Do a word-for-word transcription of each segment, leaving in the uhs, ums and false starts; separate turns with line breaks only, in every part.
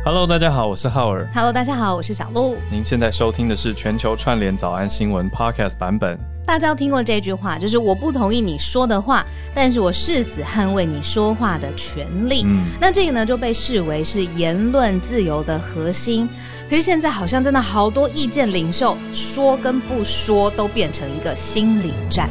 Hello， 大家好，我是浩尔。
Hello， 大家好，我是小鹿。
您现在收听的是全球串联早安新闻 Podcast 版本。
大家有听过这句话，就是我不同意你说的话，但是我誓死捍卫你说话的权利。嗯，那这个呢就被视为是言论自由的核心。可是现在好像真的好多意见领袖说跟不说都变成一个心理战。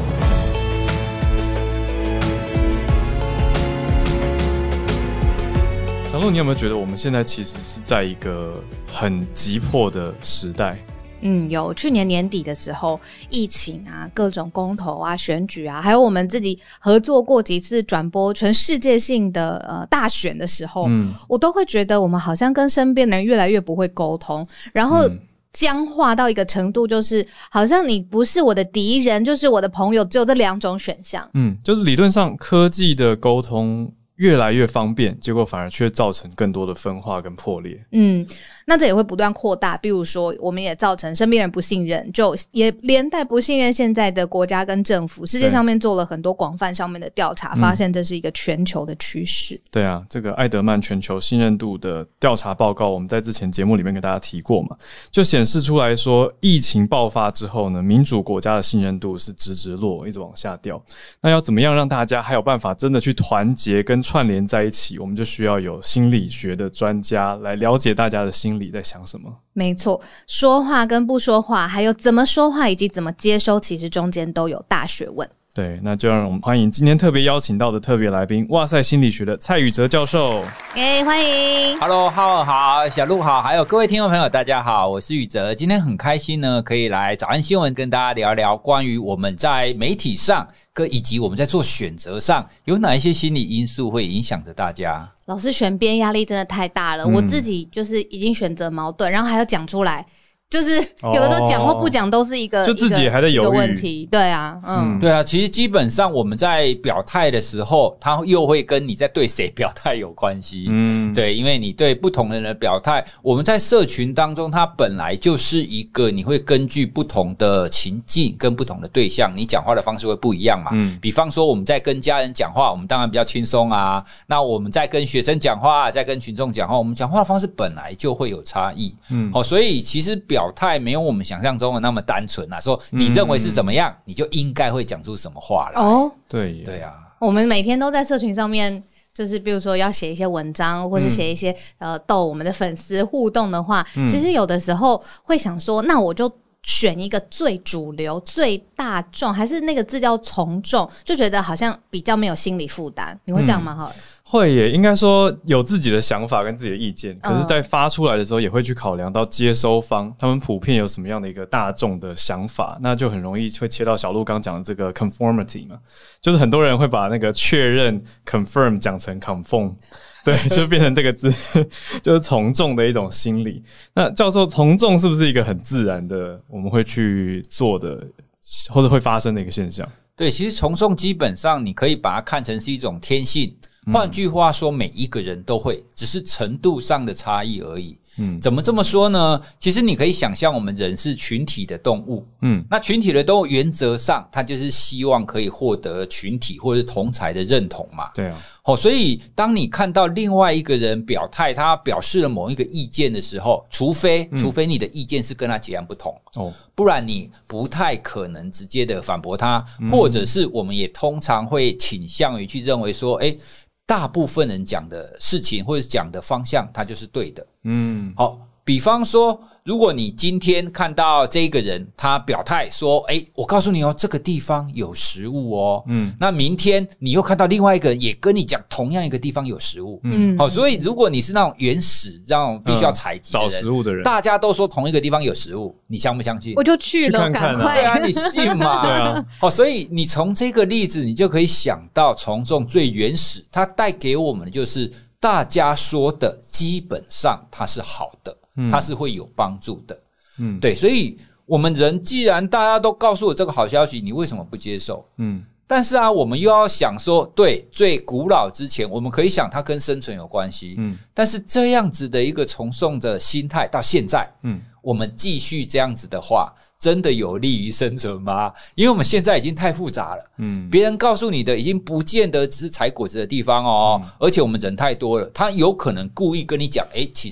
小鹿，你有没有觉得我们现在其实是在一个很急迫的时代？
嗯，有。去年年底的时候，疫情啊，各种公投啊、选举啊，还有我们自己合作过几次转播全世界性的呃大选的时候，嗯，我都会觉得我们好像跟身边的人越来越不会沟通，然后僵化到一个程度，就是好像你不是我的敌人，就是我的朋友，只有这两种选项。嗯，
就是理论上科技的沟通越来越方便，结果反而却造成更多的分化跟破裂。嗯，
那这也会不断扩大，比如说我们也造成身边人不信任，就也连带不信任现在的国家跟政府。世界上面做了很多广泛上面的调查，发现这是一个全球的趋势。
对啊，这个艾德曼全球信任度的调查报告，我们在之前节目里面跟大家提过嘛，就显示出来说，疫情爆发之后呢，民主国家的信任度是直直落，一直往下掉。那要怎么样让大家还有办法真的去团结跟串联在一起，我们就需要有心理学的专家来了解大家的心理在想什么。
没错，说话跟不说话，还有怎么说话以及怎么接收，其实中间都有大学问。
对，那就让我们欢迎今天特别邀请到的特别来宾，哇塞心理学的蔡宇哲教授。
耶、hey, 欢迎
Hello 浩尔好，小鹿好，还有各位听众朋友大家好，我是宇哲。今天很开心呢，可以来早安新闻跟大家聊聊关于我们在媒体上跟以及我们在做选择上有哪一些心理因素会影响着大家。
老师选边压力真的太大了、嗯、我自己就是已经选择矛盾，然后还要讲出来，就是有的时候讲或不讲都是一个、
哦、就自己也还在犹豫
一个问题。对啊，嗯，
对啊，其实基本上我们在表态的时候，它又会跟你在对谁表态有关系。嗯，对，因为你对不同的人的表态，我们在社群当中，它本来就是一个你会根据不同的情境跟不同的对象，你讲话的方式会不一样嘛。嗯，比方说我们在跟家人讲话，我们当然比较轻松啊。那我们在跟学生讲话，在跟群众讲话，我们讲话的方式本来就会有差异。嗯，好、哦，所以其实表表态没有我们想象中的那么单纯啊，说你认为是怎么样、嗯、你就应该会讲出什么话来。哦，
对
对啊，
我们每天都在社群上面，就是比如说要写一些文章，或是写一些、嗯、呃逗我们的粉丝互动的话、嗯、其实有的时候会想说，那我就选一个最主流最大众，还是那个字叫从众，就觉得好像比较没有心理负担。你会这样吗？嗯，
会耶，应该说有自己的想法跟自己的意见，可是在发出来的时候也会去考量到接收方他们普遍有什么样的一个大众的想法，那就很容易会切到小鹿刚讲的这个 conformity 嘛，就是很多人会把那个确认 confirm 讲成 conform， 对，就变成这个字就是从众的一种心理。那教授，从众是不是一个很自然的我们会去做的或者会发生的一个现象？
对，其实从众基本上你可以把它看成是一种天性，换句话说，每一个人都会，只是程度上的差异而已。嗯，怎么这么说呢？其实你可以想象，我们人是群体的动物。嗯，那群体的动物原则上，它就是希望可以获得群体或者是同侪的认同嘛。
对啊。
哦，所以当你看到另外一个人表态，他表示了某一个意见的时候，除非、嗯、除非你的意见是跟他截然不同，哦，不然你不太可能直接的反驳他，嗯、或者是我们也通常会倾向于去认为说，诶，大部分人讲的事情或者讲的方向，它就是对的。嗯，好，比方说，如果你今天看到这个人他表态说，诶，我告诉你哦，这个地方有食物哦，嗯，那明天你又看到另外一个人也跟你讲同样一个地方有食物，嗯，好，所以如果你是那种原始这种必须要采集的人、
嗯、找食物的人，
大家都说同一个地方有食物，你相不相信？
我就去了，
去看看啊，
赶快，
对啊，你信吗？
对啊，
好，所以你从这个例子，你就可以想到从众最原始，它带给我们的就是大家说的基本上它是好的。它是会有帮助的，嗯，对，所以我们人既然大家都告诉我这个好消息，你为什么不接受？嗯，但是啊，我们又要想说，对，最古老之前，我们可以想它跟生存有关系，嗯，但是这样子的一个从众的心态到现在，嗯，我们继续这样子的话，真的有利于生存吗？因为我们现在已经太复杂了，嗯，别人告诉你的已经不见得只是采果子的地方哦，嗯，而且我们人太多了，他有可能故意跟你讲，诶，其实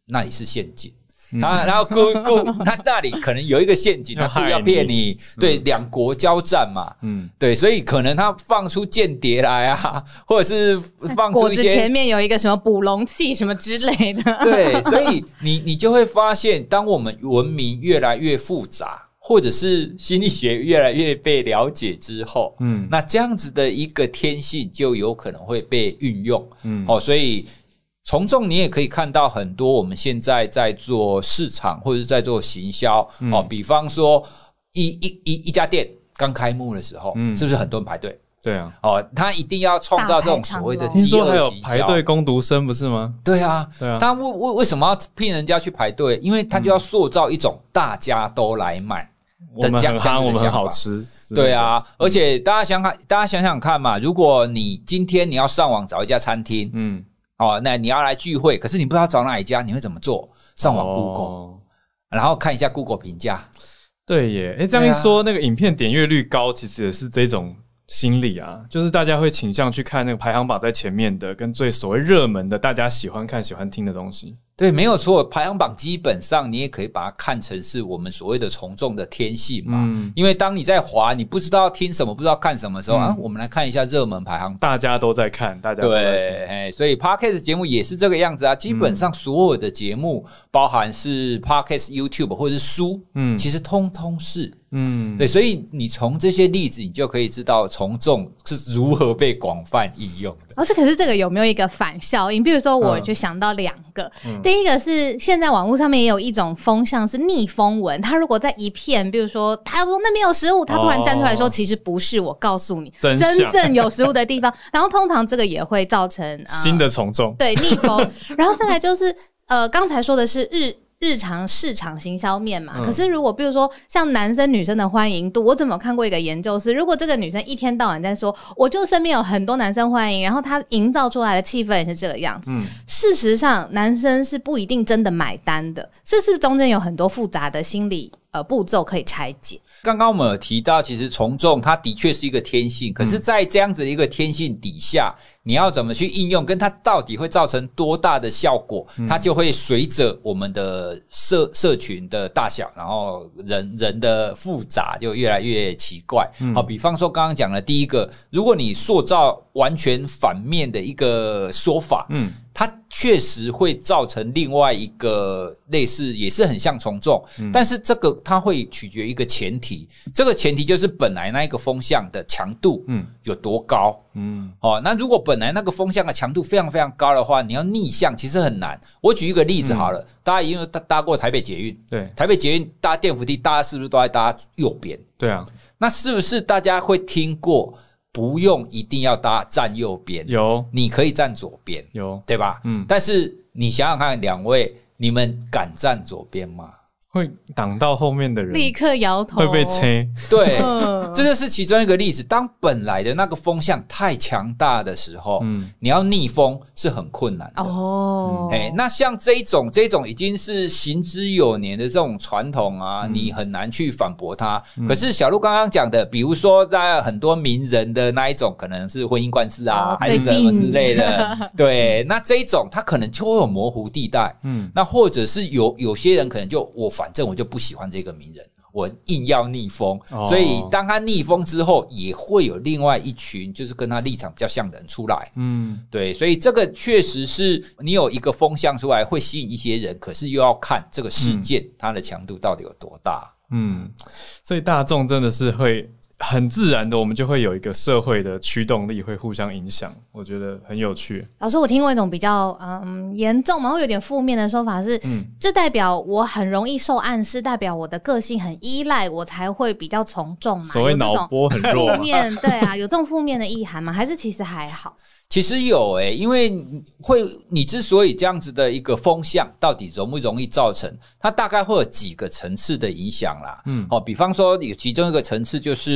那里是陷阱。他然后故故他那里可能有一个陷阱，他故意要骗你，对，两、嗯、国交战嘛，嗯，对，所以可能他放出间谍来啊，或者是放出一些果子
前面有一个什么捕龙器什么之类的，
对，所以你你就会发现，当我们文明越来越复杂，或者是心理学越来越被了解之后，嗯，那这样子的一个天性就有可能会被运用，嗯，哦，所以。从众你也可以看到很多我们现在在做市场或者是在做行销、嗯哦、比方说一一一一家店刚开幕的时候、嗯、是不是很多人排队？
对啊，
哦，他一定要创造这种所谓的饥饿行销。听
说还有排队工读生不是吗？
对啊，对啊，他为为为什么要聘人家去排队？因为他就要塑造一种大家都来买的这样的想法，
我们很好吃。
对啊，而且大家想看，大家想想看嘛，如果你今天你要上网找一家餐厅，嗯。哦，那你要来聚会，可是你不知道找哪一家，你会怎么做？上网 Google，、哦、然后看一下 Google 评价。
对耶，诶，这样一说、啊，那个影片点阅率高，其实也是这种心理啊，就是大家会倾向去看那个排行榜在前面的，跟最所谓热门的，大家喜欢看、喜欢听的东西。
对，没有错，排行榜基本上你也可以把它看成是我们所谓的从众的天性嘛。嗯，因为当你在滑，你不知道听什么，不知道看什么的时候、嗯、啊，我们来看一下热门排行榜，
大家都在看，大家都在听。
对，所以 Podcast 节目也是这个样子啊。基本上所有的节目，嗯、包含是 Podcast、YouTube 或者是书，嗯，其实通通是。嗯，对，所以你从这些例子，你就可以知道从众是如何被广泛应用的。
哦，是，可是这个有没有一个反效应？比如说，我就想到两个。嗯、第一个是现在网络上面也有一种风向是逆风文，他如果在一片，比如说他说那边有食物，他突然站出来说，其实不是，我告诉你，真正有食物的地方。然后通常这个也会造成、呃、
新的从众，
对，逆风。然后再来就是呃，刚才说的是日。日常市场行销面嘛、嗯、可是如果比如说像男生女生的欢迎度，我怎么看过一个研究是，如果这个女生一天到晚在说我就身边有很多男生欢迎，然后她营造出来的气氛也是这个样子、嗯、事实上男生是不一定真的买单的，这是不是中间有很多复杂的心理呃步骤可以拆解？
刚刚我们有提到其实从众它的确是一个天性，可是在这样子的一个天性底下、嗯、你要怎么去应用，跟它到底会造成多大的效果、嗯、它就会随着我们的社社群的大小，然后人人的复杂就越来越奇怪、嗯、好，比方说刚刚讲的第一个，如果你塑造完全反面的一个说法，嗯，它确实会造成另外一个类似也是很像从众、嗯、但是这个它会取决于一个前提，这个前提就是本来那一个风向的强度有多高，嗯，哦，那如果本来那个风向的强度非常非常高的话，你要逆向其实很难。我举一个例子好了、嗯、大家因为搭过台北捷运，对，台北捷运搭电扶梯，大家是不是都在搭右边？
对啊，
那是不是大家会听过不用一定要搭站右边，
有，
你可以站左边，
有，
对吧？嗯，但是你想想看，两位，你们敢站左边吗？
会挡到后面的人，
立刻摇头，
会被催。
对，这就是其中一个例子。当本来的那个风向太强大的时候，嗯，你要逆风是很困难的。哦，哎、嗯，那像这一种这种已经是行之有年的这种传统啊、嗯，你很难去反驳它。嗯、可是小鹿刚刚讲的，比如说在很多名人的那一种，可能是婚姻官司啊，哦、还是什么之类的，对，那这一种它可能就会有模糊地带。嗯，那或者是有有些人可能就我反。反正我就不喜欢这个名人，我硬要逆风、哦、所以当他逆风之后也会有另外一群就是跟他立场比较像的人出来，嗯，对，所以这个确实是你有一个风向出来会吸引一些人，可是又要看这个事件、嗯、它的强度到底有多大。嗯，
所以大众真的是会很自然的，我们就会有一个社会的驱动力会互相影响，我觉得很有趣。
老师，我听过一种比较嗯严重然后有点负面的说法是、嗯、这代表我很容易受暗示，代表我的个性很依赖，我才会比较从众嘛？
所谓脑波很弱
负面，对啊，有这种负面的意涵吗？还是其实还好？
其实有诶、欸，因为会你之所以这样子的一个风向到底容不容易造成，它大概会有几个层次的影响啦。嗯，哦，比方说有其中一个层次就是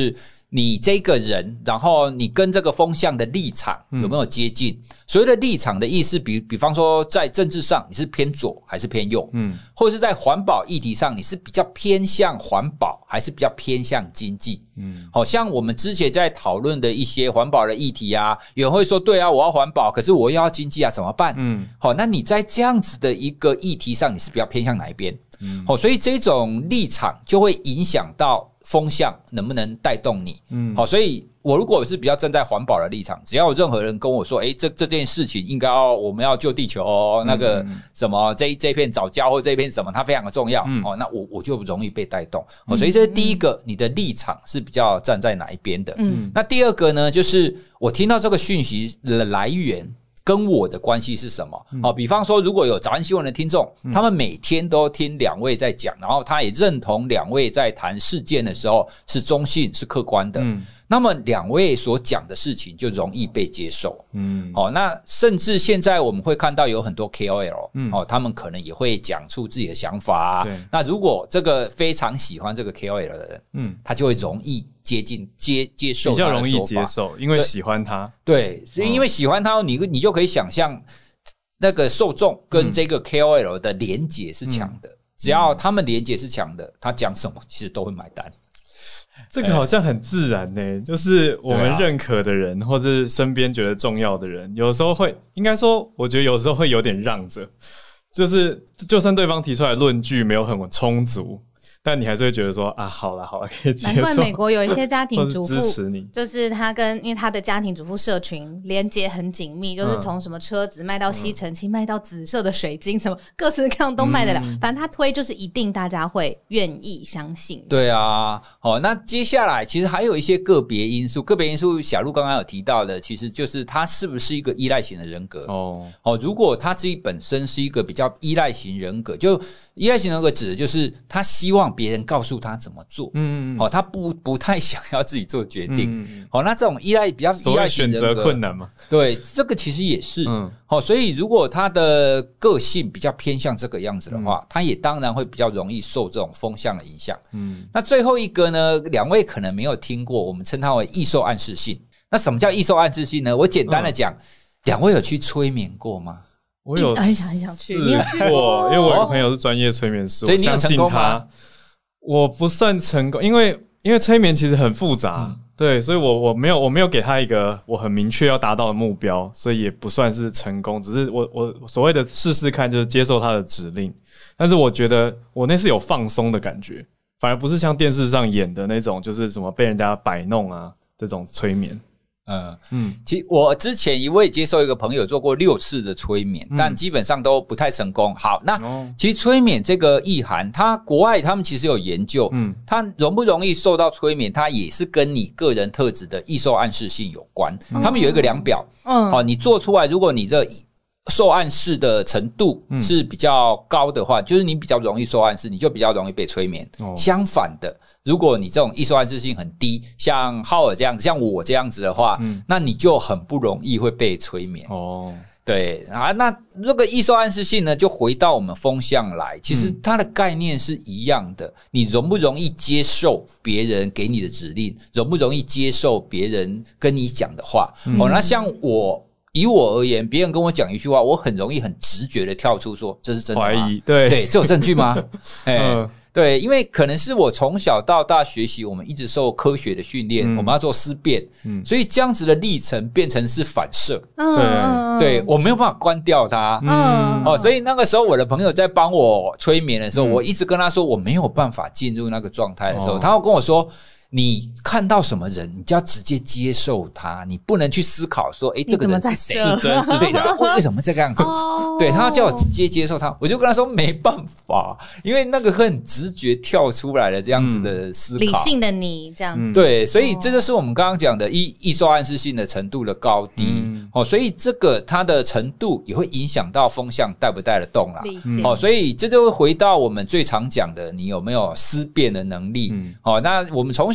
你这个人，然后你跟这个风向的立场有没有接近？嗯、所谓的立场的意思，比比方说在政治上你是偏左还是偏右，嗯，或者是在环保议题上你是比较偏向环保还是比较偏向经济，嗯，好像我们之前在讨论的一些环保的议题啊，有人会说，对啊，我要环保，可是我又要经济啊，怎么办？嗯，好，那你在这样子的一个议题上，你是比较偏向哪一边？嗯，好，所以这种立场就会影响到风向能不能带动你。嗯，好，所以我如果是比较站在环保的立场，只要有任何人跟我说，诶，这这件事情应该要我们要救地球哦，那个什么这这一片藻礁或这一片什么，它非常的重要，嗯、哦，那我我就容易被带动。哦，所以这是第一个，你的立场是比较站在哪一边的。嗯，那第二个呢，就是我听到这个讯息的来源跟我的关系是什么？嗯哦、比方说如果有早安新闻的听众，嗯、他们每天都听两位在讲，然后他也认同两位在谈事件的时候是中性是客观的，嗯、那么两位所讲的事情就容易被接受。嗯，哦，那甚至现在我们会看到有很多 K O L，嗯哦、他们可能也会讲出自己的想法，啊。那如果这个非常喜欢这个 K O L 的人，嗯，他就会容易接近接接受他的说法，
比较容易接受，因为喜欢他。
对，对，因为喜欢他，你你就可以想象那个受众跟这个 K O L 的连结是强的，嗯、只要他们连结是强的，他讲什么其实都会买单。
这个好像很自然呢、欸，就是我们认可的人，或者是身边觉得重要的人，有时候会，应该说，我觉得有时候会有点让着，就是就算对方提出来的论据没有很充足。但你还是会觉得说啊，好啦好啦，可以接受。
难怪美国有一些家庭主妇
支持你，
就是他跟因为他的家庭主妇社群连接很紧密，就是从什么车子卖到吸尘器，嗯、卖到紫色的水晶，什么各式各样都卖得了。嗯、反正他推就是一定大家会愿意相信。
对啊，好，那接下来其实还有一些个别因素，个别因素小鹿刚刚有提到的，其实就是他是不是一个依赖型的人格哦。哦，如果他自己本身是一个比较依赖型人格，就依赖型人格指的就是他希望别人告诉他怎么做，嗯嗯，哦，他不不太想要自己做决定，嗯，好，那这种依赖比较依赖型人格，
选择困难嘛，
对，这个其实也是，嗯，好，所以如果他的个性比较偏向这个样子的话，嗯、他也当然会比较容易受这种风向的影响，嗯，那最后一个呢，两位可能没有听过，我们称它为易受暗示性。那什么叫易受暗示性呢？我简单的讲，嗯、两位有去催眠过吗？
我有
很想很想去，
你有去过？因为我有个朋友是专业催眠师，
所以你有成功吗？
我不算成功，因为因为催眠其实很复杂，嗯、对，所以我我没有我没有给他一个我很明确要达到的目标，所以也不算是成功，只是我我所谓的试试看，就是接受他的指令。但是我觉得我那次有放松的感觉，反而不是像电视上演的那种，就是什么被人家摆弄啊这种催眠。
嗯嗯，其实我之前我也接受一个朋友做过六次的催眠，嗯、但基本上都不太成功。好，那、哦、其实催眠这个意涵，它国外他们其实有研究，嗯，它容不容易受到催眠，它也是跟你个人特质的易受暗示性有关。嗯、他们有一个量表，嗯，好，你做出来，如果你这受暗示的程度是比较高的话，嗯、就是你比较容易受暗示，你就比较容易被催眠。哦、相反的。如果你这种易受暗示性很低，像浩尔这样子，像我这样子的话，嗯、那你就很不容易会被催眠。哦，对啊，那这个易受暗示性呢，就回到我们风向来，其实它的概念是一样的。嗯、你容不容易接受别人给你的指令，容不容易接受别人跟你讲的话？嗯、哦，那像我。以我而言，别人跟我讲一句话，我很容易很直觉的跳出说这是真的吗？
怀疑，对
对，这有证据吗？哎、嗯，对，因为可能是我从小到大学习，我们一直受科学的训练，嗯、我们要做思辨，嗯，所以这样子的历程变成是反射，嗯，对，我没有办法关掉它，嗯，哦，所以那个时候我的朋友在帮我催眠的时候，嗯、我一直跟他说我没有办法进入那个状态的时候，哦、他会跟我说。你看到什么人，你就要直接接受他，你不能去思考说，诶，这个人是谁？
是真是假？
为什么这个样子？哦、对，他要叫我直接接受他，我就跟他说没办法，因为那个很直觉跳出来的这样子的思考，
理性的你这样子。
对，所以这就是我们刚刚讲的易易受暗示性的程度的高低。嗯、哦，所以这个它的程度也会影响到风向带不带得动啦。
理解。
哦，所以这就会回到我们最常讲的，你有没有思辨的能力？嗯、哦，那我们从小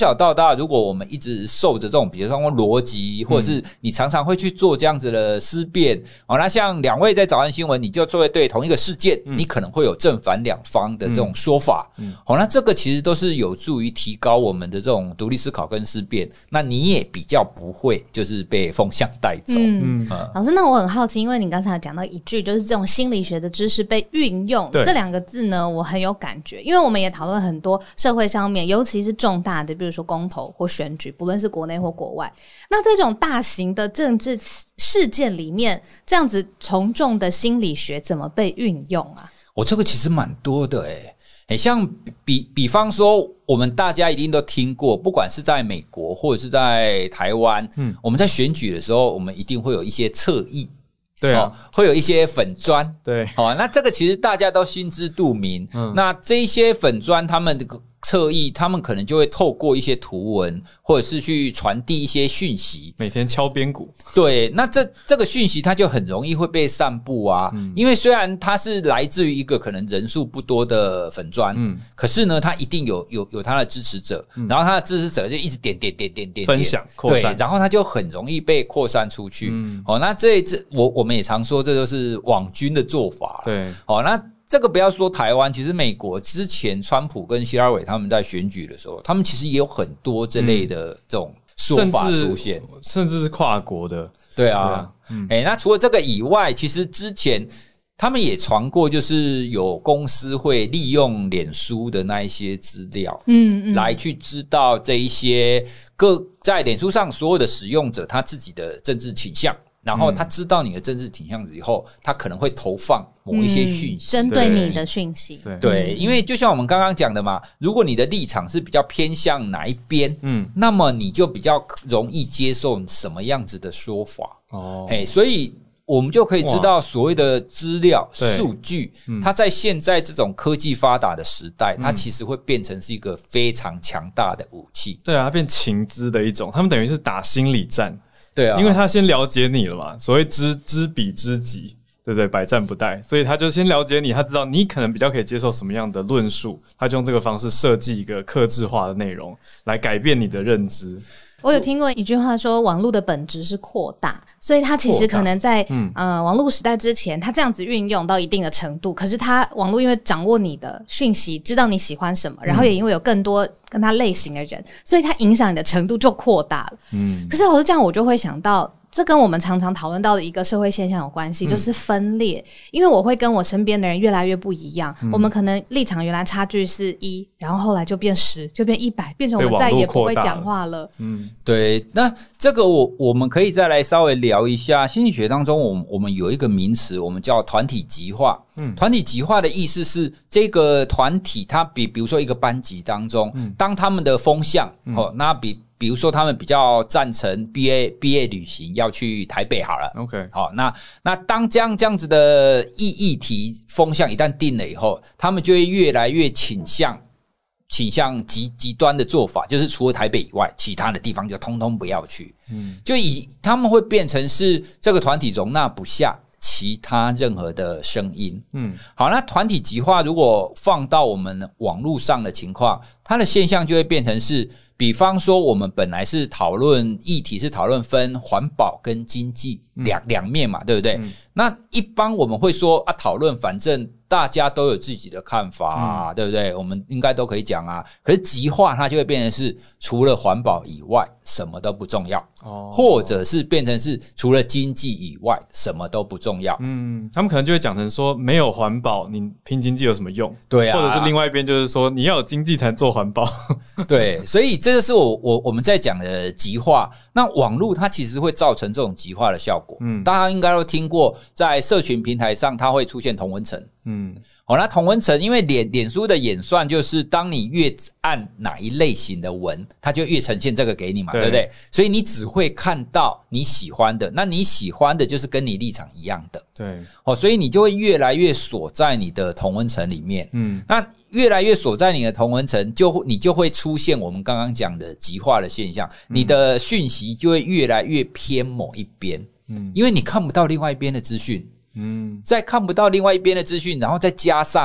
小到大，如果我们一直受着这种，比如说逻辑，或者是你常常会去做这样子的思辨，哦，那像两位在早安新闻，你就会对同一个事件，嗯、你可能会有正反两方的这种说法，嗯，好、哦，那这个其实都是有助于提高我们的这种独立思考跟思辨，那你也比较不会就是被风向带走。
嗯，嗯老师，那我很好奇，因为你刚才讲到一句，就是这种心理学的知识被运用这两个字呢，我很有感觉，因为我们也讨论很多社会上面，尤其是重大的，比如说公投或选举，不论是国内或国外，那这种大型的政治事件里面，这样子从众的心理学怎么被运用啊？
我、哦、这个其实蛮多的诶。欸、像比比方说，我们大家一定都听过，不管是在美国或者是在台湾，嗯，我们在选举的时候，我们一定会有一些侧翼，
对啊、
哦，会有一些粉专，
对，
哦，那这个其实大家都心知肚明。嗯，那这一些粉专他们的侧翼，他们可能就会透过一些图文，或者是去传递一些讯息，
每天敲边鼓。
对，那这这个讯息它就很容易会被散布啊。嗯、因为虽然它是来自于一个可能人数不多的粉专，嗯，可是呢，它一定有有有它的支持者，嗯、然后它的支持者就一直点点点点点
分享扩散，
对，然后它就很容易被扩散出去。嗯，哦，那这这我我们也常说，这就是网军的做法。
对，
哦，那。这个不要说台湾，其实美国之前川普跟希拉蕊他们在选举的时候，他们其实也有很多这类的这种说法出现，
甚至, 甚至是跨国的。
对啊，对啊嗯欸、那除了这个以外，其实之前他们也传过，就是有公司会利用脸书的那一些资料，嗯嗯，来去知道这一些各在脸书上所有的使用者他自己的政治倾向。然后他知道你的政治倾向以后，他可能会投放某一些讯息，
针、嗯、对你的讯息。
对，对，因为就像我们刚刚讲的嘛，如果你的立场是比较偏向哪一边，嗯，那么你就比较容易接受什么样子的说法。哦，哎，所以我们就可以知道所谓的资料数据、嗯、它在现在这种科技发达的时代、嗯、它其实会变成是一个非常强大的武器。
对啊，它变情资的一种，他们等于是打心理战。
对啊，
因为他先了解你了嘛，所谓知知彼知己，对不对？百战不殆，所以他就先了解你，他知道你可能比较可以接受什么样的论述，他就用这个方式设计一个客制化的内容来改变你的认知。
我有听过一句话说，网络的本质是扩大，所以它其实可能在嗯、呃、网络时代之前，它这样子运用到一定的程度，可是它网络因为掌握你的讯息，知道你喜欢什么，然后也因为有更多跟它类型的人，所以它影响你的程度就扩大了。嗯，可是老师这样，我就会想到。这跟我们常常讨论到的一个社会现象有关系，就是分裂、嗯、因为我会跟我身边的人越来越不一样、嗯、我们可能立场原来差距是一，然后后来就变十，就变一百，变成我们再也不会讲话了。
嗯，对，那这个我我们可以再来稍微聊一下心理学当中我们我们有一个名词，我们叫团体极化。嗯，团体极化的意思是这个团体它比比如说一个班级当中、嗯、当他们的风向、嗯哦、那比比如说他们比较赞成毕业毕业旅行要去台北好了
OK
好，那那当这样这样子的议议题风向一旦定了以后，他们就会越来越倾向倾向极极端的做法，就是除了台北以外其他的地方就通通不要去。嗯，就以他们会变成是这个团体容纳不下其他任何的声音。嗯，好，那团体极化如果放到我们网络上的情况，它的现象就会变成是，比方说我们本来是讨论议题是讨论分环保跟经济两两面嘛，对不对？嗯、那一般我们会说啊，讨论反正大家都有自己的看法啊、嗯，对不对？我们应该都可以讲啊。可是极化它就会变成是除了环保以外什么都不重要，哦，或者是变成是除了经济以外什么都不重要。
嗯，他们可能就会讲成说没有环保，你拼经济有什么用？
对啊，
或者是另外一边就是说你要有经济才能做环保。
对，所以这就是我我我们在讲的极化。那网络它其实会造成这种极化的效果。嗯，大家应该都听过，在社群平台上它会出现同温层。嗯，好、哦，那同温层因为脸脸书的演算就是当你越按哪一类型的文，它就越呈现这个给你嘛， 对, 对不对？所以你只会看到你喜欢的，那你喜欢的就是跟你立场一样的。
对，
哦，所以你就会越来越锁在你的同温层里面。嗯，那越来越锁在你的同温层，就你就会出现我们刚刚讲的极化的现象，嗯、你的讯息就会越来越偏某一边。嗯，因为你看不到另外一边的资讯。嗯，再看不到另外一边的资讯，然后再加上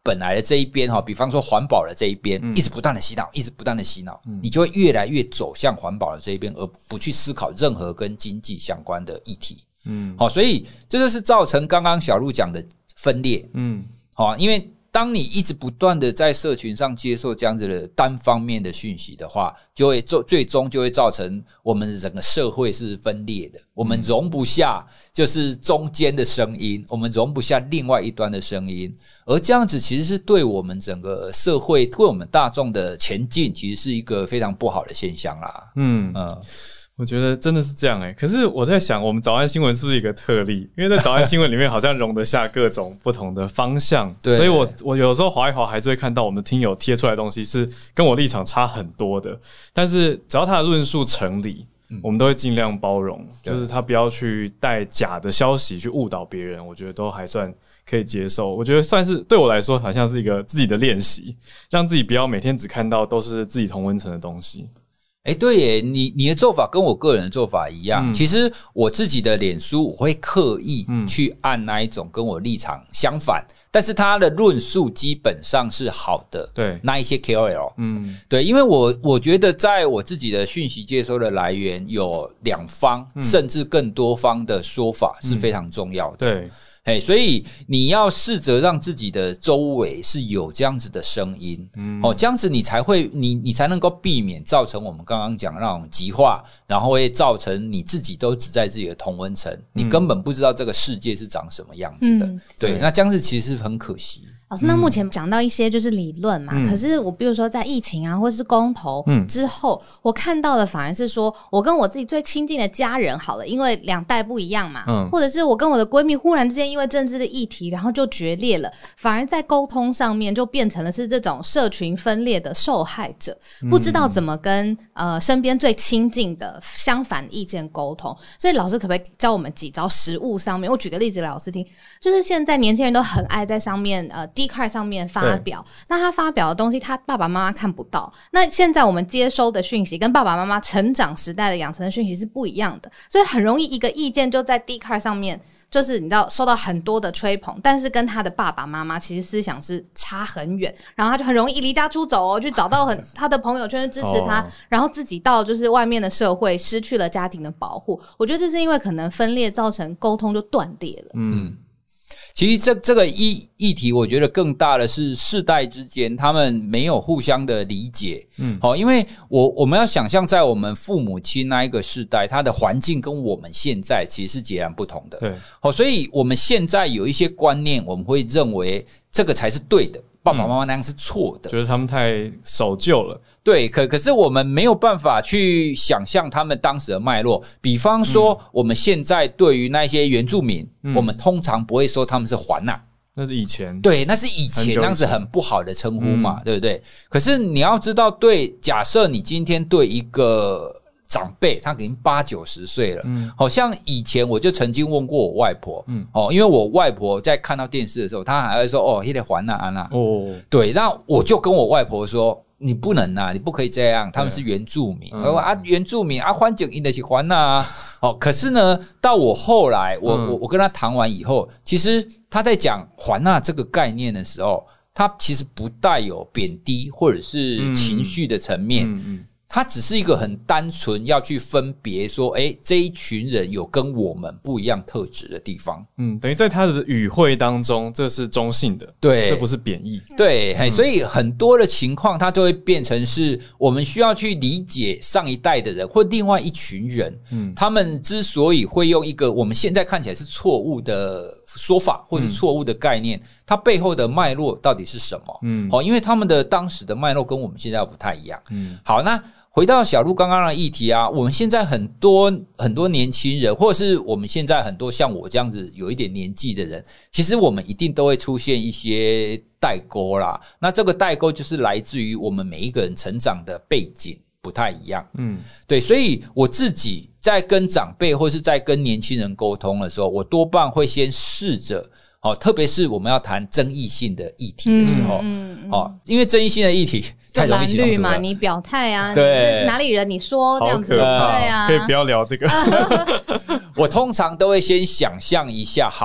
本来的这一边，比方说环保的这一边、嗯、一直不断的洗脑一直不断的洗脑、嗯、你就会越来越走向环保的这一边，而不去思考任何跟经济相关的议题。嗯，好，所以这就是造成刚刚小鹿讲的分裂。嗯，好，因为当你一直不断的在社群上接受这样子的单方面的讯息的话，就会最终就会造成我们整个社会是分裂的，我们容不下就是中间的声音，我们容不下另外一端的声音，而这样子其实是对我们整个社会对我们大众的前进其实是一个非常不好的现象啦。嗯嗯，
我觉得真的是这样欸。可是我在想，我们早安新闻是不是一个特例？因为在早安新闻里面好像容得下各种不同的方向，对，所以我我有时候滑一滑还是会看到我们的听友贴出来的东西是跟我立场差很多的，但是只要他的论述成立，嗯、我们都会尽量包容，就是他不要去带假的消息去误导别人，我觉得都还算可以接受。我觉得算是对我来说好像是一个自己的练习，让自己不要每天只看到都是自己同温层的东西。
哎，对耶，你你的做法跟我个人的做法一样。嗯、其实我自己的脸书，我会刻意去按那一种跟我立场相反，嗯、但是他的论述基本上是好的。对，那一些 K O L， 嗯，对，因为我我觉得在我自己的讯息接收的来源有两方、嗯、甚至更多方的说法是非常重要的。嗯、对。Hey, 所以你要试着让自己的周围是有这样子的声音，嗯，哦，这样子你才会，你你才能够避免造成我们刚刚讲的那种极化，然后会造成你自己都只在自己的同温层，嗯、你根本不知道这个世界是长什么样子的，嗯、对，对，那这样子其实很可惜。
老师，那目前讲到一些就是理论嘛、嗯、可是我比如说在疫情啊或是公投之后、嗯、我看到的反而是说我跟我自己最亲近的家人好了，因为两代不一样嘛、嗯、或者是我跟我的闺蜜忽然之间因为政治的议题然后就决裂了，反而在沟通上面就变成了是这种社群分裂的受害者，不知道怎么跟呃身边最亲近的相反意见沟通。所以老师可不可以教我们几招实务上面？我举个例子给老师听，就是现在年轻人都很爱在上面呃Dcard 上面发表，那他发表的东西他爸爸妈妈看不到，那现在我们接收的讯息跟爸爸妈妈成长时代的养成的讯息是不一样的，所以很容易一个意见就在 Dcard 上面就是你知道受到很多的吹捧，但是跟他的爸爸妈妈其实思想是差很远，然后他就很容易离家出走哦，去找到很他的朋友圈支持他、哦、然后自己到就是外面的社会失去了家庭的保护。我觉得这是因为可能分裂造成沟通就断裂了。嗯，
其实这这个议议题，我觉得更大的是世代之间他们没有互相的理解。嗯，好，因为我我们要想象在我们父母亲那一个世代，他的环境跟我们现在其实是截然不同的。对，好，所以我们现在有一些观念，我们会认为这个才是对的，爸爸妈妈那样是错的，
觉得他们太守旧了。
对，可可是我们没有办法去想象他们当时的脉络。比方说，嗯、我们现在对于那些原住民、嗯，我们通常不会说他们是环呐，
那是以前。
对，那是以前那样子很不好的称呼嘛、嗯，对不对？可是你要知道，对，假设你今天对一个长辈，他已经八九十岁了，嗯，好像以前我就曾经问过我外婆，嗯，哦，因为我外婆在看到电视的时候，她还会说，哦，那个环呐安呐，哦，对，那我就跟我外婆说。你不能啊，你不可以这样，他们是原住民。我说、嗯、啊，原住民啊，环境因的是环啊。哦，可是呢，到我后来，我、嗯、我我跟他谈完以后，其实他在讲环啊这个概念的时候，他其实不带有贬低或者是情绪的层面。嗯嗯嗯，它只是一个很单纯要去分别说，诶，这一群人有跟我们不一样特质的地方。
嗯，等于在他的语汇当中，这是中性的，
对，
这不是贬义。
对、嗯，所以很多的情况，它就会变成是我们需要去理解上一代的人或另外一群人，嗯，他们之所以会用一个我们现在看起来是错误的说法或者错误的概念、嗯，它背后的脉络到底是什么？嗯，好，因为他们的当时的脉络跟我们现在不太一样。嗯，好，那回到小鹿刚刚的议题啊，我们现在很多很多年轻人，或者是我们现在很多像我这样子有一点年纪的人，其实我们一定都会出现一些代沟啦。那这个代沟就是来自于我们每一个人成长的背景不太一样。嗯，对，所以我自己在跟长辈或是在跟年轻人沟通的时候，我多半会先试着哦，特别是我们要谈争议性的议题的时候，嗯嗯、哦，因为争议性的议题太容易
蓝绿嘛，你表态啊，对，你哪里人你说这样子，对啊，
可以不要聊这个。
我通常都会先想象一下，好，那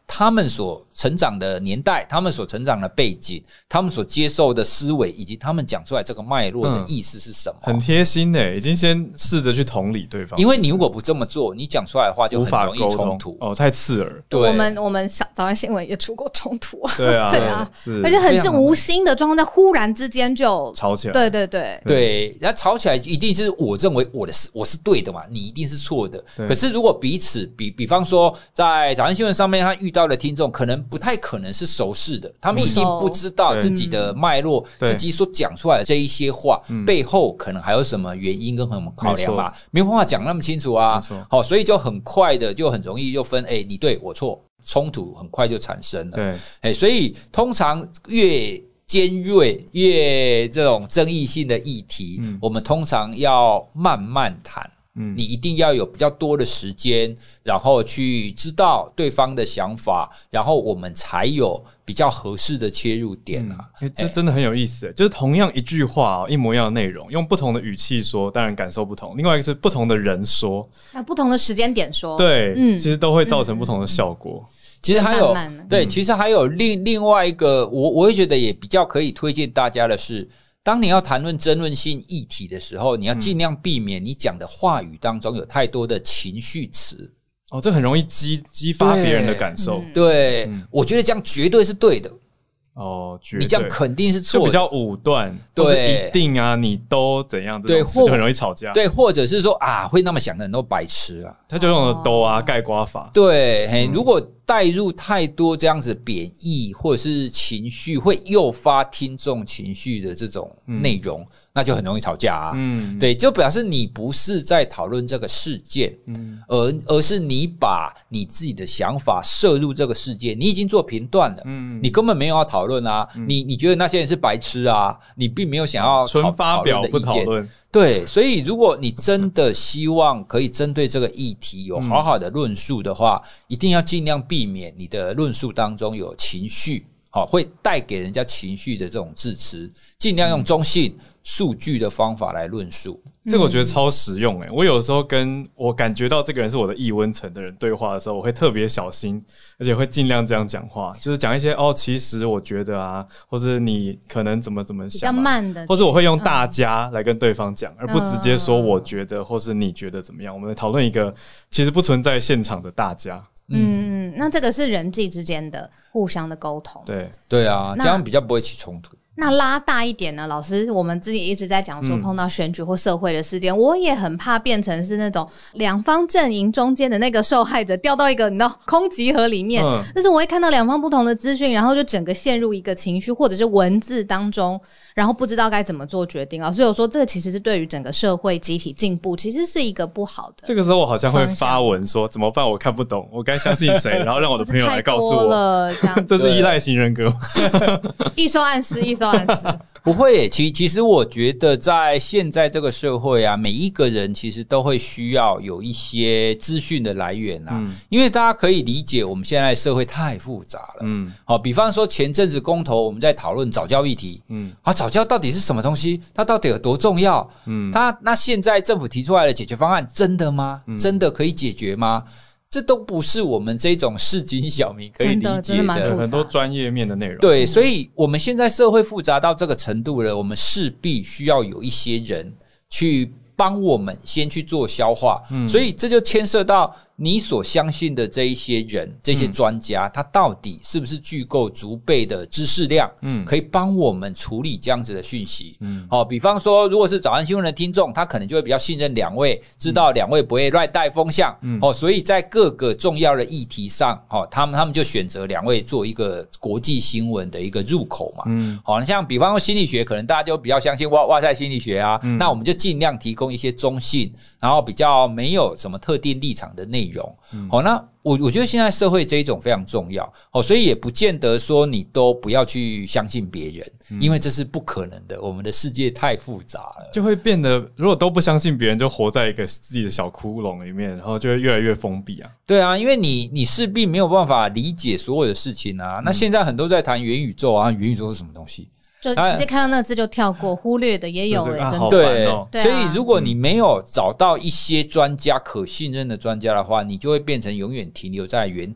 他们所成长的年代，他们所成长的背景，他们所接受的思维，以及他们讲出来这个脉络的意思是什么。
嗯、很贴心耶，已经先试着去同理对方。
因为你如果不这么做，你讲出来的话就很容易冲突。
哦，太刺耳。
对，我们我们早安新闻也出过冲突。
对啊，
对啊，
是，
而且很是无心的状况下，忽然之间就
吵起来。
对对对
对，然后吵起来一定是我认为我的是我是对的嘛，你一定是错的。可是如果彼此比比方说在早安新闻上面，他遇到的听众可能不太可能是熟识的，他们一定不知道自己的脉络，自己所讲出来的这一些话、嗯、背后可能还有什么原因跟什么考量嘛，没有办法讲那么清楚啊。好、哦，所以就很快的就很容易就分，哎、欸，你对我错，冲突很快就产生了。对，哎，所以通常越尖锐、越这种争议性的议题，嗯、我们通常要慢慢谈。嗯，你一定要有比较多的时间，然后去知道对方的想法，然后我们才有比较合适的切入点啊。
嗯欸、这真的很有意思，就是同样一句话、哦、一模一样的内容，用不同的语气说，当然感受不同。另外一个是不同的人说，
那不同的时间点说，
对，嗯、其实都会造成不同的效果。嗯、
其实还有
慢慢
对，其实还有另另外一个，我我会觉得也比较可以推荐大家的是。当你要谈论争论性议题的时候，你要尽量避免你讲的话语当中有太多的情绪词。
哦，这很容易激激发别人的感受。
对，对嗯、我觉得这样绝对是对的。
哦，绝对
你这样肯定是错的，
就比较武断，对，一定啊，你都怎样，对，或就很容易吵架，
对，或者是说啊，会那么想的人都白痴啊，
他就用了都啊概括法，
对，嘿、嗯，如果带入太多这样子贬义或者是情绪，会诱发听众情绪的这种内容。嗯，那就很容易吵架啊，嗯，对，就表示你不是在讨论这个事件，嗯，而而是你把你自己的想法摄入这个事件，你已经做评断了，嗯，你根本没有要讨论啊，嗯、你你觉得那些人是白痴啊，你并没有想要
纯发表不讨论，
对，所以如果你真的希望可以针对这个议题有好好的论述的话，嗯、一定要尽量避免你的论述当中有情绪，好，会带给人家情绪的这种字词，尽量用中性。数据的方法来论述，
这个我觉得超实用诶、欸。我有时候跟我感觉到这个人是我的异温层的人对话的时候，我会特别小心，而且会尽量这样讲话，就是讲一些哦，其实我觉得啊，或者你可能怎么怎么想、啊，比
较慢的，
或者我会用大家来跟对方讲，嗯、而不直接说我觉得或是你觉得怎么样。我们讨论一个其实不存在现场的大家。
嗯，那这个是人际之间的互相的沟通。
对
对啊，这样比较不会起冲突。
那拉大一点呢？老师，我们自己一直在讲说，碰到选举或社会的事件，嗯、我也很怕变成是那种两方阵营中间的那个受害者掉到一个你知道空集合里面。嗯、但是我会看到两方不同的资讯，然后就整个陷入一个情绪或者是文字当中，然后不知道该怎么做决定。老师有说，这个其实是对于整个社会集体进步，其实是一个不好的。
这个时候我好像会发文说怎么办？我看不懂，我该相信谁？然后让我的朋友来告诉我。
了这样
这是依赖型人格。
易受暗示，易受暗示。
不会耶，其其实我觉得在现在这个社会啊，每一个人其实都会需要有一些资讯的来源啊，嗯、因为大家可以理解我们现在社会太复杂了，嗯，好，比方说前阵子公投我们在讨论早教议题，嗯，啊，早教到底是什么东西？它到底有多重要？嗯，它那现在政府提出来的解决方案真的吗？嗯、真的可以解决吗？这都不是我们这种市井小民可以理解 的,
的
很多专业面的内容。
对，所以我们现在社会复杂到这个程度了，我们势必需要有一些人去帮我们先去做消化，嗯、所以这就牵涉到你所相信的这一些人，这些专家，嗯、他到底是不是具够足备的知识量，嗯，可以帮我们处理这样子的讯息。嗯，好，比方说，如果是早安新闻的听众，他可能就会比较信任两位，知道两位不会乱带风向。嗯，哦，所以在各个重要的议题上，哦，他们他们就选择两位做一个国际新闻的一个入口嘛。嗯，好，像比方说心理学，可能大家就比较相信哇哇塞心理学啊，嗯、那我们就尽量提供一些中性，然后比较没有什么特定立场的内容。内容，嗯、好，那我我觉得现在社会这一种非常重要，好，所以也不见得说你都不要去相信别人，嗯、因为这是不可能的。我们的世界太复杂了，
就会变得如果都不相信别人，就活在一个自己的小窟窿里面，然后就会越来越封闭啊。
对啊，因为你你势必没有办法理解所有的事情啊。嗯、那现在很多在谈元宇宙啊，元宇宙是什么东西？
就直接看到那个字就跳过，忽略的也有诶、欸，真的。
对，
哦、
所以如果你没有找到一些专家可信任的专家的话，你就会变成永远停留在原地。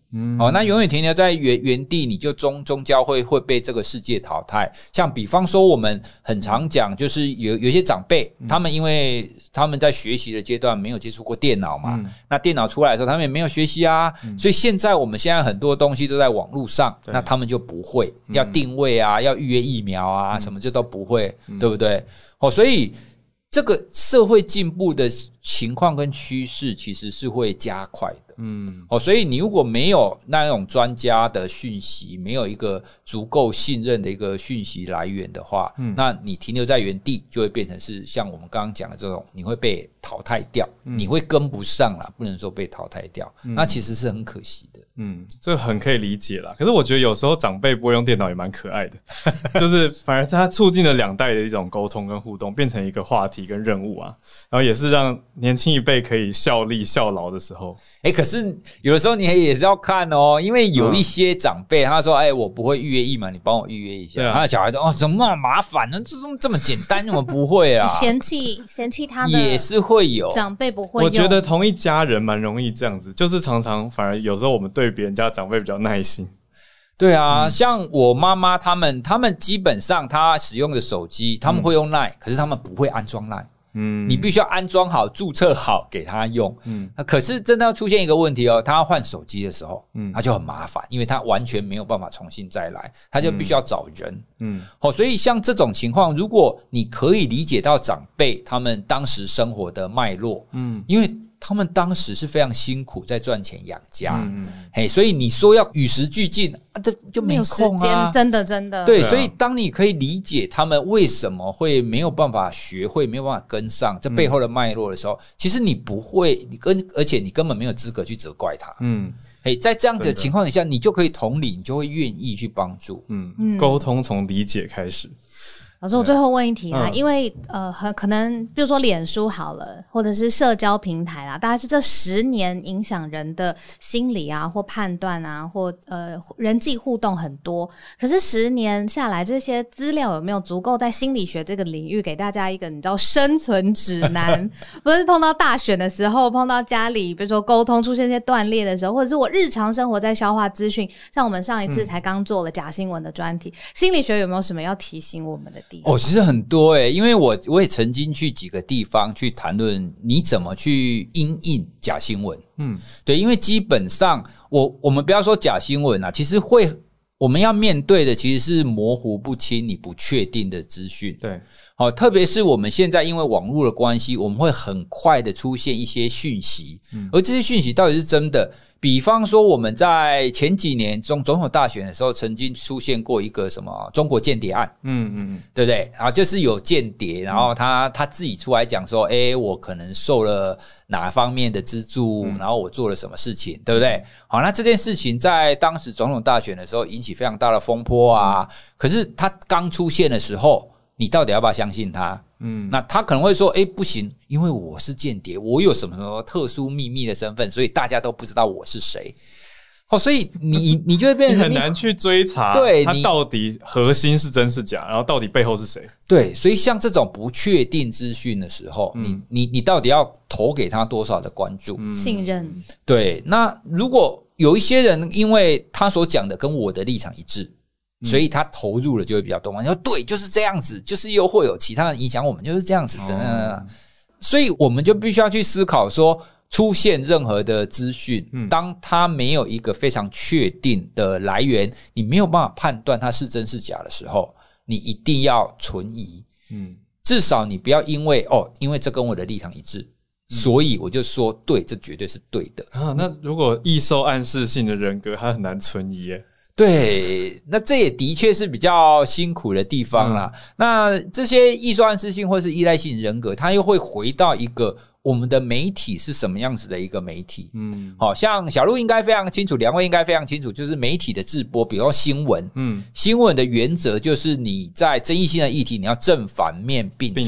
嗯，哦，那永远停留在原原地，你就终终将会会被这个世界淘汰。像比方说，我们很常讲，就是有有一些长辈，嗯、他们因为他们在学习的阶段没有接触过电脑嘛，嗯、那电脑出来的时候，他们也没有学习啊，嗯、所以现在我们现在很多东西都在网络上，那他们就不会，要定位啊，要预约疫苗啊，嗯、什么这都不会，嗯、对不对？哦，所以这个社会进步的情况跟趋势其实是会加快的。嗯，哦，所以你如果没有那种专家的讯息，没有一个足够信任的一个讯息来源的话，嗯，那你停留在原地就会变成是像我们刚刚讲的这种，你会被淘汰掉，嗯、你会跟不上啦，不能说被淘汰掉，嗯、那其实是很可惜的。
嗯，这很可以理解啦。可是我觉得有时候长辈不会用电脑也蛮可爱的，就是反而它促进了两代的一种沟通跟互动，变成一个话题跟任务啊，然后也是让年轻一辈可以效力效劳的时候。
欸，可是有的时候你也是要看哦，因为有一些长辈他说，欸，我不会预约疫苗，你帮我预约一下。啊、他的小孩说，哦，怎么那么麻烦呢？这这么简单，怎么不会啊？
嫌弃嫌弃他的
也是会有
长辈不会用。
我觉得同一家人蛮容易这样子，就是常常反而有时候我们对别人家长辈比较耐心。
对啊，嗯、像我妈妈他们，他们基本上他使用的手机，他们会用 LINE，、嗯、可是他们不会安装 LINE。嗯，你必须要安装好、注册好给他用。嗯，那可是真的要出现一个问题哦，他要换手机的时候，嗯，他就很麻烦，因为他完全没有办法重新再来，他就必须要找人。嗯，好、哦，所以像这种情况，如果你可以理解到长辈他们当时生活的脉络，嗯，因为他们当时是非常辛苦在赚钱养家，嗯嘿，所以你说要与时俱进啊，这就没空啊，
没有时间，真的真的。
对，所以当你可以理解他们为什么会没有办法学会、没有办法跟上这背后的脉络的时候，嗯、其实你不会，你跟而且你根本没有资格去责怪他。嗯，嘿，在这样子的情况底下，你就可以同理，你就会愿意去帮助。
嗯，沟通从理解开始。
老师，我最后问一题啦，嗯、因为呃，很可能比如说脸书好了，或者是社交平台啦，大概是这十年影响人的心理啊，或判断啊，或呃人际互动很多。可是十年下来，这些资料有没有足够在心理学这个领域给大家一个你知道生存指南？不是碰到大选的时候，碰到家里比如说沟通出现一些断裂的时候，或者是我日常生活在消化资讯，像我们上一次才刚做了假新闻的专题，嗯、心理学有没有什么要提醒我们的？
哦，其实很多诶、欸，因为我我也曾经去几个地方去谈论你怎么去因应假新闻。嗯，对，因为基本上我我们不要说假新闻啊，其实会我们要面对的其实是模糊不清、你不确定的资讯。
对，
好、哦，特别是我们现在因为网络的关系，我们会很快的出现一些讯息，嗯、而这些讯息到底是真的？比方说我们在前几年中总统大选的时候曾经出现过一个什么中国间谍案，嗯嗯，对不对？然后就是有间谍，然后他他自己出来讲说，诶，我可能受了哪方面的资助，嗯、然后我做了什么事情，对不对？好，那这件事情在当时总统大选的时候引起非常大的风波啊，嗯、可是他刚出现的时候，你到底要不要相信他？嗯，那他可能会说，诶，不行，因为我是间谍，我有什么什么特殊秘密的身份，所以大家都不知道我是谁。哦，所以你你就会变成
很难去追查，对，他到底核心是真是假，然后到底背后是谁？
对，所以像这种不确定资讯的时候，嗯、你你你到底要投给他多少的关注、
嗯、信任？
对，那如果有一些人，因为他所讲的跟我的立场一致。所以他投入了就会比较多嘛，你说对，就是这样子，就是又会有其他人影响我们，就是这样子的、哦、所以我们就必须要去思考说，出现任何的资讯、嗯、当它没有一个非常确定的来源，你没有办法判断它是真是假的时候，你一定要存疑。嗯，至少你不要因为哦，因为这跟我的立场一致，所以我就说对，这绝对是对的
啊。那如果易受暗示性的人格，他很难存疑耶。
对，那这也的确是比较辛苦的地方啦。嗯、那这些易受暗示性或是依赖性人格，他又会回到一个我们的媒体是什么样子的一个媒体。嗯，好、哦、像小鹿应该非常清楚，两位应该非常清楚，就是媒体的制播，比如说新闻，嗯，新闻的原则就是你在争议性的议题，你要正反面并陈。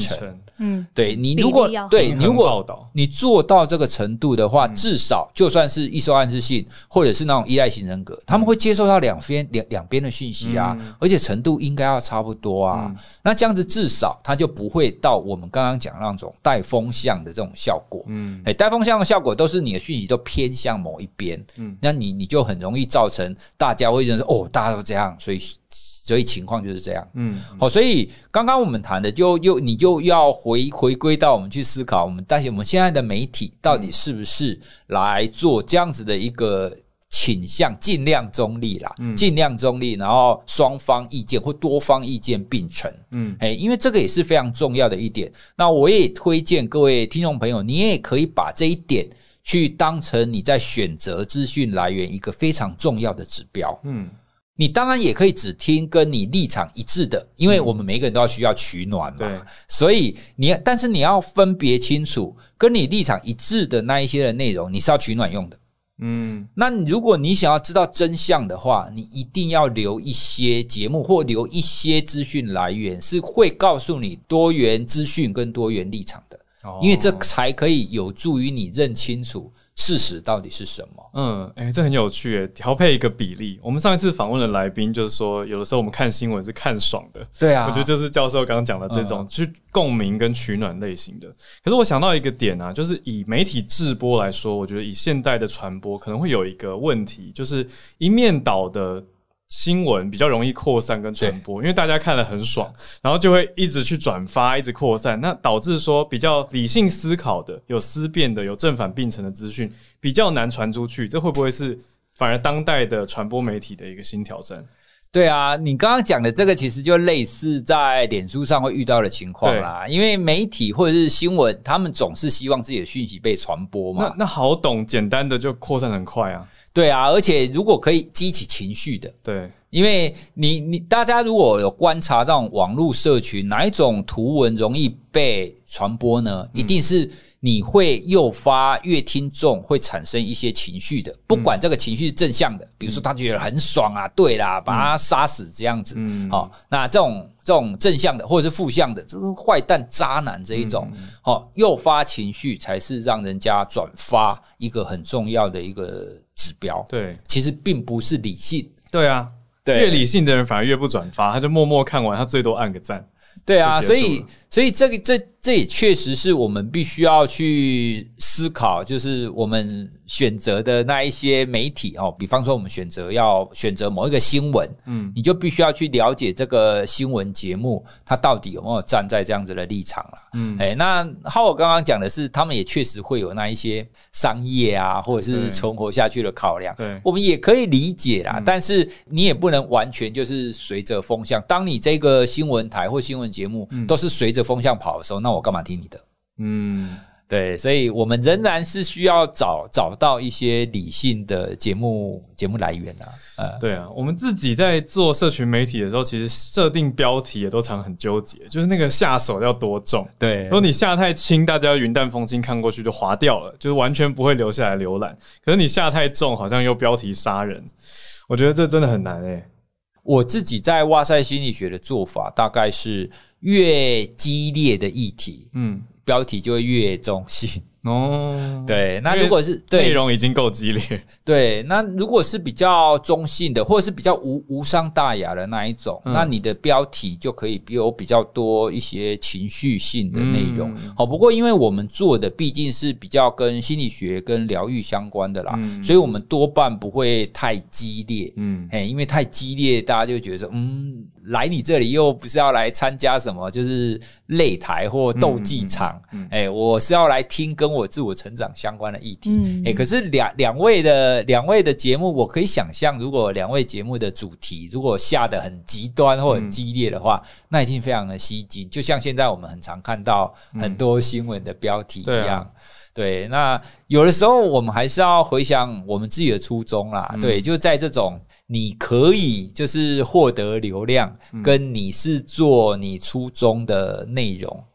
嗯，对你如果对你如果你做到这个程度的话，嗯、至少就算是易受暗示性或者是那种依赖型人格，他们会接受到两边两两边的讯息啊、嗯，而且程度应该要差不多啊。嗯、那这样子至少他就不会到我们刚刚讲那种带风向的这种效果。嗯，哎，带风向的效果都是你的讯息都偏向某一边，嗯，那你你就很容易造成大家会认为哦，大家都这样，所以。所以情况就是这样，嗯，好，所以刚刚我们谈的就又你就要回回归到我们去思考，我们但是我们现在的媒体到底是不是来做这样子的一个倾向，尽量中立啦，嗯，尽量中立，然后双方意见或多方意见并存，嗯，哎，因为这个也是非常重要的一点。那我也推荐各位听众朋友，你也可以把这一点去当成你在选择资讯来源一个非常重要的指标，嗯。你当然也可以只听跟你立场一致的，因为我们每一个人都要需要取暖嘛，对，所以你但是你要分别清楚，跟你立场一致的那一些的内容，你是要取暖用的，嗯，那如果你想要知道真相的话，你一定要留一些节目或留一些资讯来源，是会告诉你多元资讯跟多元立场的，哦，因为这才可以有助于你认清楚事实到底是什么？
嗯，哎、欸，这很有趣诶，调配一个比例。我们上一次访问的来宾就是说，有的时候我们看新闻是看爽的，
对啊，
我觉得就是教授刚刚讲的这种、嗯、去共鸣跟取暖类型的。可是我想到一个点啊，就是以媒体制播来说，我觉得以现代的传播可能会有一个问题，就是一面倒的新闻比较容易扩散跟传播，因为大家看了很爽，然后就会一直去转发，一直扩散，那导致说比较理性思考的、有思辨的、有正反并陈的资讯比较难传出去，这会不会是反而当代的传播媒体的一个新挑战？
对啊，你刚刚讲的这个其实就类似在脸书上会遇到的情况啦，因为媒体或者是新闻，他们总是希望自己的讯息被传播嘛。
那那好懂，简单的就扩散很快啊。
对啊，而且如果可以激起情绪的，
对，
因为你你大家如果有观察到网络社群哪一种图文容易被传播呢？嗯、一定是你会诱发阅听众会产生一些情绪的，不管这个情绪是正向的，比如说他觉得很爽啊，对啦，把他杀死这样子，嗯，好、哦，那这种这种正向的或者是负向的，这是坏蛋渣男这一种，好、嗯哦，诱发情绪才是让人家转发一个很重要的一个指标。对，其实并不是理性。
对啊，对，越理性的人反而越不转发，他就默默看完，他最多按个赞。
对啊，所以所以这个这这也确实是我们必须要去思考，就是我们选择的那一些媒体哦，比方说我们选择要选择某一个新闻，嗯，你就必须要去了解这个新闻节目它到底有没有站在这样子的立场啦。嗯，哎，那浩我刚刚讲的是，他们也确实会有那一些商业啊，或者是存活下去的考量，对，我们也可以理解啦，嗯、但是你也不能完全就是随着风向。当你这个新闻台或新闻节目都是随着风向跑的时候，那我干嘛听你的？嗯，对，所以我们仍然是需要找找到一些理性的节目节目来源啊。呃，
对啊，我们自己在做社群媒体的时候，其实设定标题也都常很纠结，就是那个下手要多重。对，如果你下太轻，大家云淡风轻看过去就划掉了，就是完全不会留下来浏览。可是你下太重，好像又标题杀人，我觉得这真的很难欸。
我自己在哇塞心理学的做法大概是越激烈的议题，嗯，标题就会越中性。哦，对，那如果是
内容已经够激烈，
对，那如果是比较中性的，或者是比较无无伤大雅的那一种，嗯、那你的标题就可以有比较多一些情绪性的内容。嗯、好，不过因为我们做的毕竟是比较跟心理学跟疗愈相关的啦，嗯、所以我们多半不会太激烈。嗯，哎，因为太激烈，大家就觉得嗯，来你这里又不是要来参加什么，就是擂台或斗技场，嗯嗯嗯、哎，我是要来听跟我自我成长相关的议题。嗯，欸、可是两两位的两位的节目，我可以想象，如果两位节目的主题如果下得很极端或很激烈的话，嗯、那一定非常的吸睛。就像现在我们很常看到很多新闻的标题一样。嗯对啊对，那有的时候我们还是要回想我们自己的初衷啦。嗯、对，就在这种你可以就是获得流量，嗯、跟你是做你初衷的内容，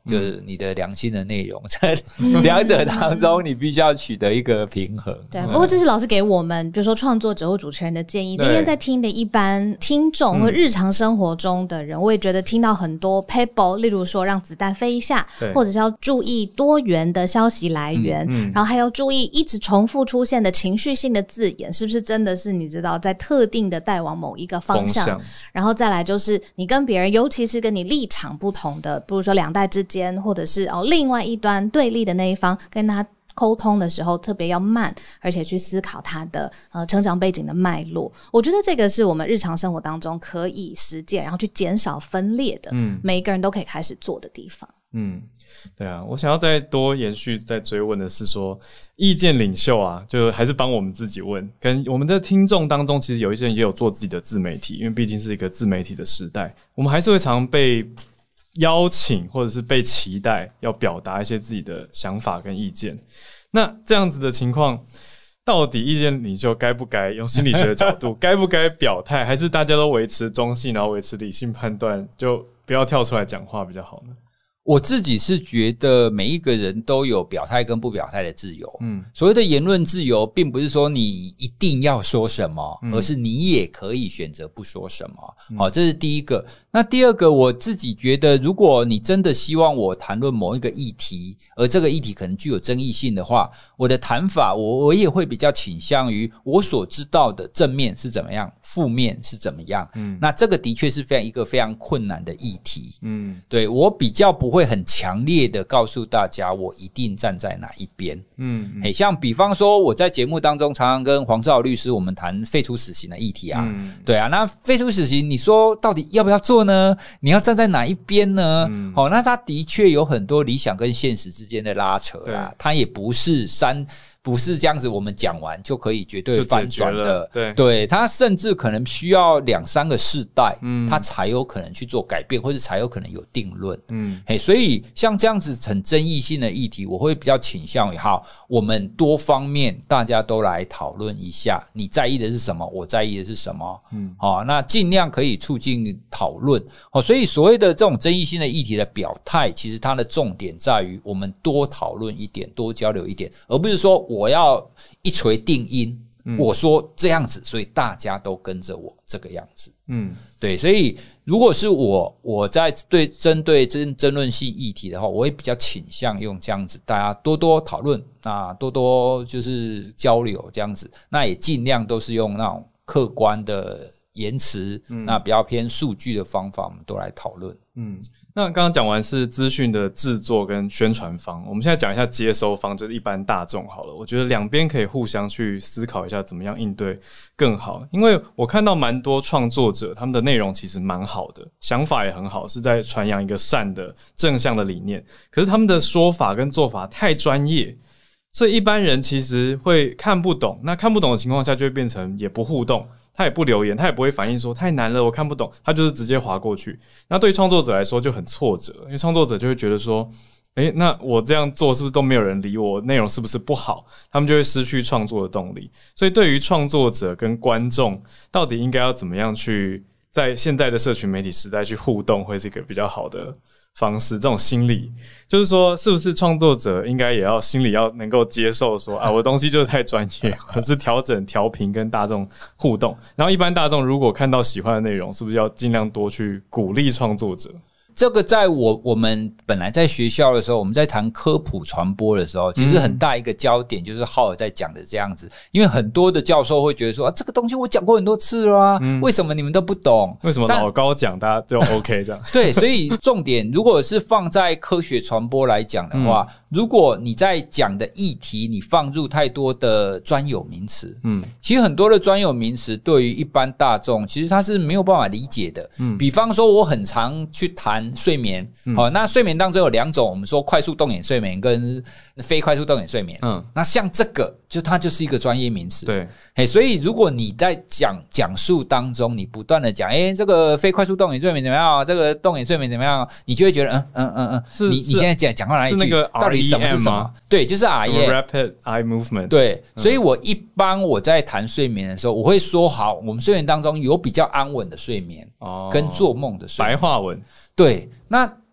就是你的良心的内容，在两者当中你必须要取得一个平衡。
对，不过这是老师给我们比如说创作者或主持人的建议，今天在听的一般听众或日常生活中的人、嗯、我也觉得听到很多 paper， 例如说让子弹飞一下，或者是要注意多元的消息来源、嗯嗯、然后还要注意一直重复出现的情绪性的字眼是不是真的是你知道在特定的带往某一个方向，然后再来就是你跟别人尤其是跟你立场不同的，比如说两代之间或者是、哦、另外一端对立的那一方跟他沟通的时候特别要慢，而且去思考他的呃成长背景的脉络。我觉得这个是我们日常生活当中可以实践然后去减少分裂的、嗯、每一个人都可以开始做的地方。
嗯，对啊，我想要再多延续再追问的是说，意见领袖啊，就还是帮我们自己问，跟我们的听众当中其实有一些人也有做自己的自媒体，因为毕竟是一个自媒体的时代，我们还是会常常被邀请或者是被期待要表达一些自己的想法跟意见。那这样子的情况，到底意见领袖该不该用心理学的角度该不该表态，还是大家都维持中性然后维持理性判断，就不要跳出来讲话比较好呢？
我自己是觉得每一个人都有表态跟不表态的自由。嗯，所谓的言论自由并不是说你一定要说什么、嗯、而是你也可以选择不说什么。好、嗯，这是第一个。那第二个，我自己觉得如果你真的希望我谈论某一个议题，而这个议题可能具有争议性的话，我的谈法我我也会比较倾向于我所知道的正面是怎么样，负面是怎么样。嗯，那这个的确是非常一个非常困难的议题。嗯，对，我比较不会会很强烈的告诉大家我一定站在哪一边。嗯，嗯像比方说我在节目当中常常跟黄志豪律师我们谈废除死刑的议题啊。嗯，对啊，那废除死刑你说到底要不要做呢？你要站在哪一边呢？嗯，哦，那他的确有很多理想跟现实之间的拉扯啦，他也不是三不是这样子我们讲完就可以绝对翻转的。对，对，他甚至可能需要两三个世代，嗯，他才有可能去做改变，或者才有可能有定论。嗯，嘿，所以像这样子很争议性的议题，我会比较倾向于好，我们多方面大家都来讨论一下，你在意的是什么，我在意的是什么。嗯，好、哦，那尽量可以促进讨论。哦，所以所谓的这种争议性的议题的表态，其实它的重点在于我们多讨论一点，多交流一点，而不是说我我要一锤定音、嗯、我说这样子所以大家都跟着我这个样子。嗯，对，所以如果是我我在对针对争争论性议题的话，我会比较倾向用这样子，大家多多讨论，那多多就是交流这样子，那也尽量都是用那种客观的言辞、嗯、那比较偏数据的方法我们都来讨论。
嗯，那刚刚讲完是资讯的制作跟宣传方，我们现在讲一下接收方，就是一般大众好了。我觉得两边可以互相去思考一下怎么样应对更好，因为我看到蛮多创作者他们的内容其实蛮好的，想法也很好，是在传扬一个善的正向的理念，可是他们的说法跟做法太专业，所以一般人其实会看不懂，那看不懂的情况下就会变成也不互动，他也不留言，他也不会反映说太难了我看不懂，他就是直接滑过去。那对于创作者来说就很挫折，因为创作者就会觉得说诶，那我这样做是不是都没有人理我，内容是不是不好，他们就会失去创作的动力。所以对于创作者跟观众到底应该要怎么样去在现在的社群媒体时代去互动，会是一个比较好的方式。这种心理就是说是不是创作者应该也要心里要能够接受说啊，我的东西就是太专业，或是调整调频跟大众互动，然后一般大众如果看到喜欢的内容，是不是要尽量多去鼓励创作者。
这个在我我们本来在学校的时候，我们在谈科普传播的时候，其实很大一个焦点就是浩尔在讲的这样子，因为很多的教授会觉得说啊，这个东西我讲过很多次了啊、嗯、为什么你们都不懂？
为什么老高讲大家就 OK 这样？
对，所以重点如果是放在科学传播来讲的话、嗯，如果你在讲的议题你放入太多的专有名词，嗯，其实很多的专有名词对于一般大众其实他是没有办法理解的。嗯，比方说我很常去谈睡眠，嗯哦、那睡眠当中有两种，我们说快速动眼睡眠跟非快速动眼睡眠。嗯，那像这个就它就是一个专业名词。
对，
嘿，所以如果你在讲讲述当中你不断的讲诶这个非快速动眼睡眠怎么样，这个动眼睡眠怎么样，你就会觉得嗯嗯嗯嗯，是你你现在讲讲到哪里去，
是那个 R E M
到底什么是什么？对，就是 R E
M Rapid Eye Movement。
对、嗯、所以我一般我在谈睡眠的时候，我会说好，我们睡眠当中有比较安稳的睡眠、哦、跟做梦的睡眠，
白话文。
对，那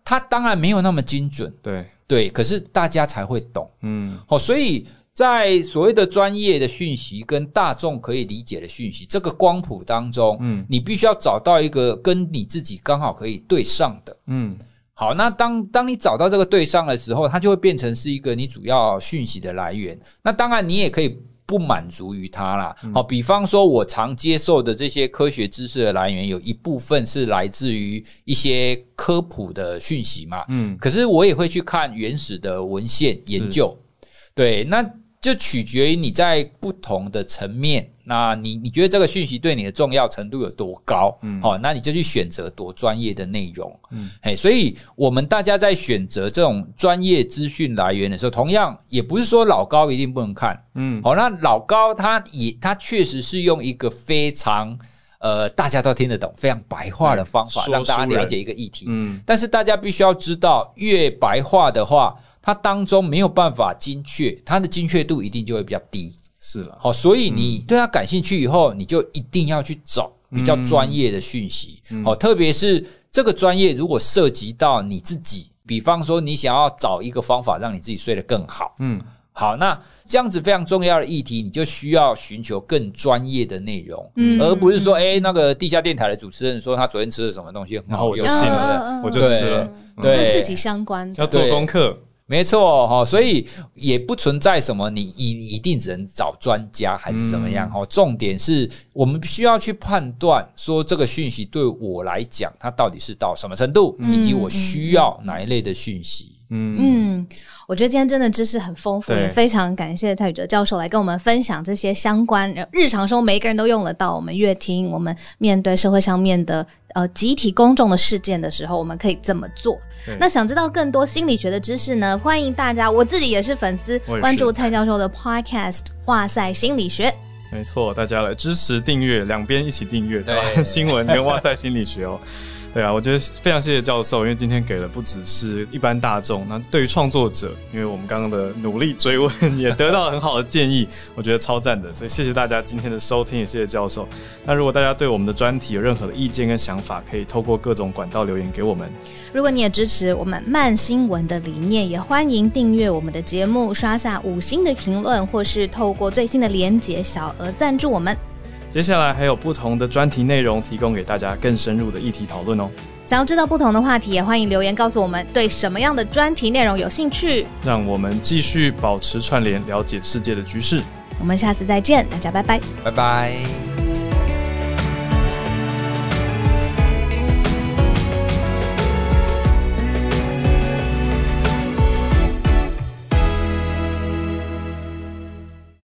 它当然没有那么精准，
对
对，可是大家才会懂，嗯，好，所以在所谓的专业的讯息跟大众可以理解的讯息这个光谱当中，嗯，你必须要找到一个跟你自己刚好可以对上的，嗯，好，那当当你找到这个对上的时候，它就会变成是一个你主要讯息的来源。那当然你也可以不满足于它啦，好、嗯，比方说我常接受的这些科学知识的来源，有一部分是来自于一些科普的讯息嘛，嗯，可是我也会去看原始的文献研究，对，那就取决于你在不同的层面，那你你觉得这个讯息对你的重要程度有多高，嗯，好、哦，那你就去选择多专业的内容，嗯，嘿，所以我们大家在选择这种专业资讯来源的时候，同样也不是说老高一定不能看，嗯，好、哦，那老高他也他确实是用一个非常呃大家都听得懂、非常白话的方法让大家了解一个议题，嗯，但是大家必须要知道，越白话的话，它当中没有办法精确，它的精确度一定就会比较低。
是了，
好，所以你对它感兴趣以后，你就一定要去找比较专业的讯息。好、嗯，特别是这个专业如果涉及到你自己，比方说你想要找一个方法让你自己睡得更好，嗯，好，那这样子非常重要的议题，你就需要寻求更专业的内容，嗯，而不是说，哎，那个地下电台的主持人说他昨天吃了什么东西，
然后我就信了，我就吃了，
对，
跟自己相关的，
要做功课。
没错，所以也不存在什么你一定只能找专家还是怎么样，嗯，重点是我们需要去判断说这个讯息对我来讲它到底是到什么程度，嗯，以及我需要哪一类的讯息。
嗯嗯，我觉得今天真的知识很丰富，也非常感谢蔡宇哲教授来跟我们分享这些相关日常生活每一个人都用得到，我们乐听，我们面对社会上面的呃集体公众的事件的时候我们可以怎么做。那想知道更多心理学的知识呢，欢迎大家，我自己也是粉丝，关注蔡教授的 podcast 哇塞心理学。
没错，大家来支持订阅，两边一起订阅，对吧？新闻跟哇塞心理学哦。对啊，我觉得非常谢谢教授，因为今天给了不只是一般大众，那对于创作者，因为我们刚刚的努力追问也得到很好的建议，我觉得超赞的，所以谢谢大家今天的收听，也谢谢教授。那如果大家对我们的专题有任何的意见跟想法，可以透过各种管道留言给我们。
如果你也支持我们慢新闻的理念，也欢迎订阅我们的节目，刷下五星的评论，或是透过最新的连结小额赞助我们。
接下来还有不同的专题内容提供给大家更深入的议题讨论哦。
想要知道不同的话题，也欢迎留言告诉我们对什么样的专题内容有兴趣，
让我们继续保持串联，了解世界的局势。
我们下次再见，大家拜拜，
拜拜。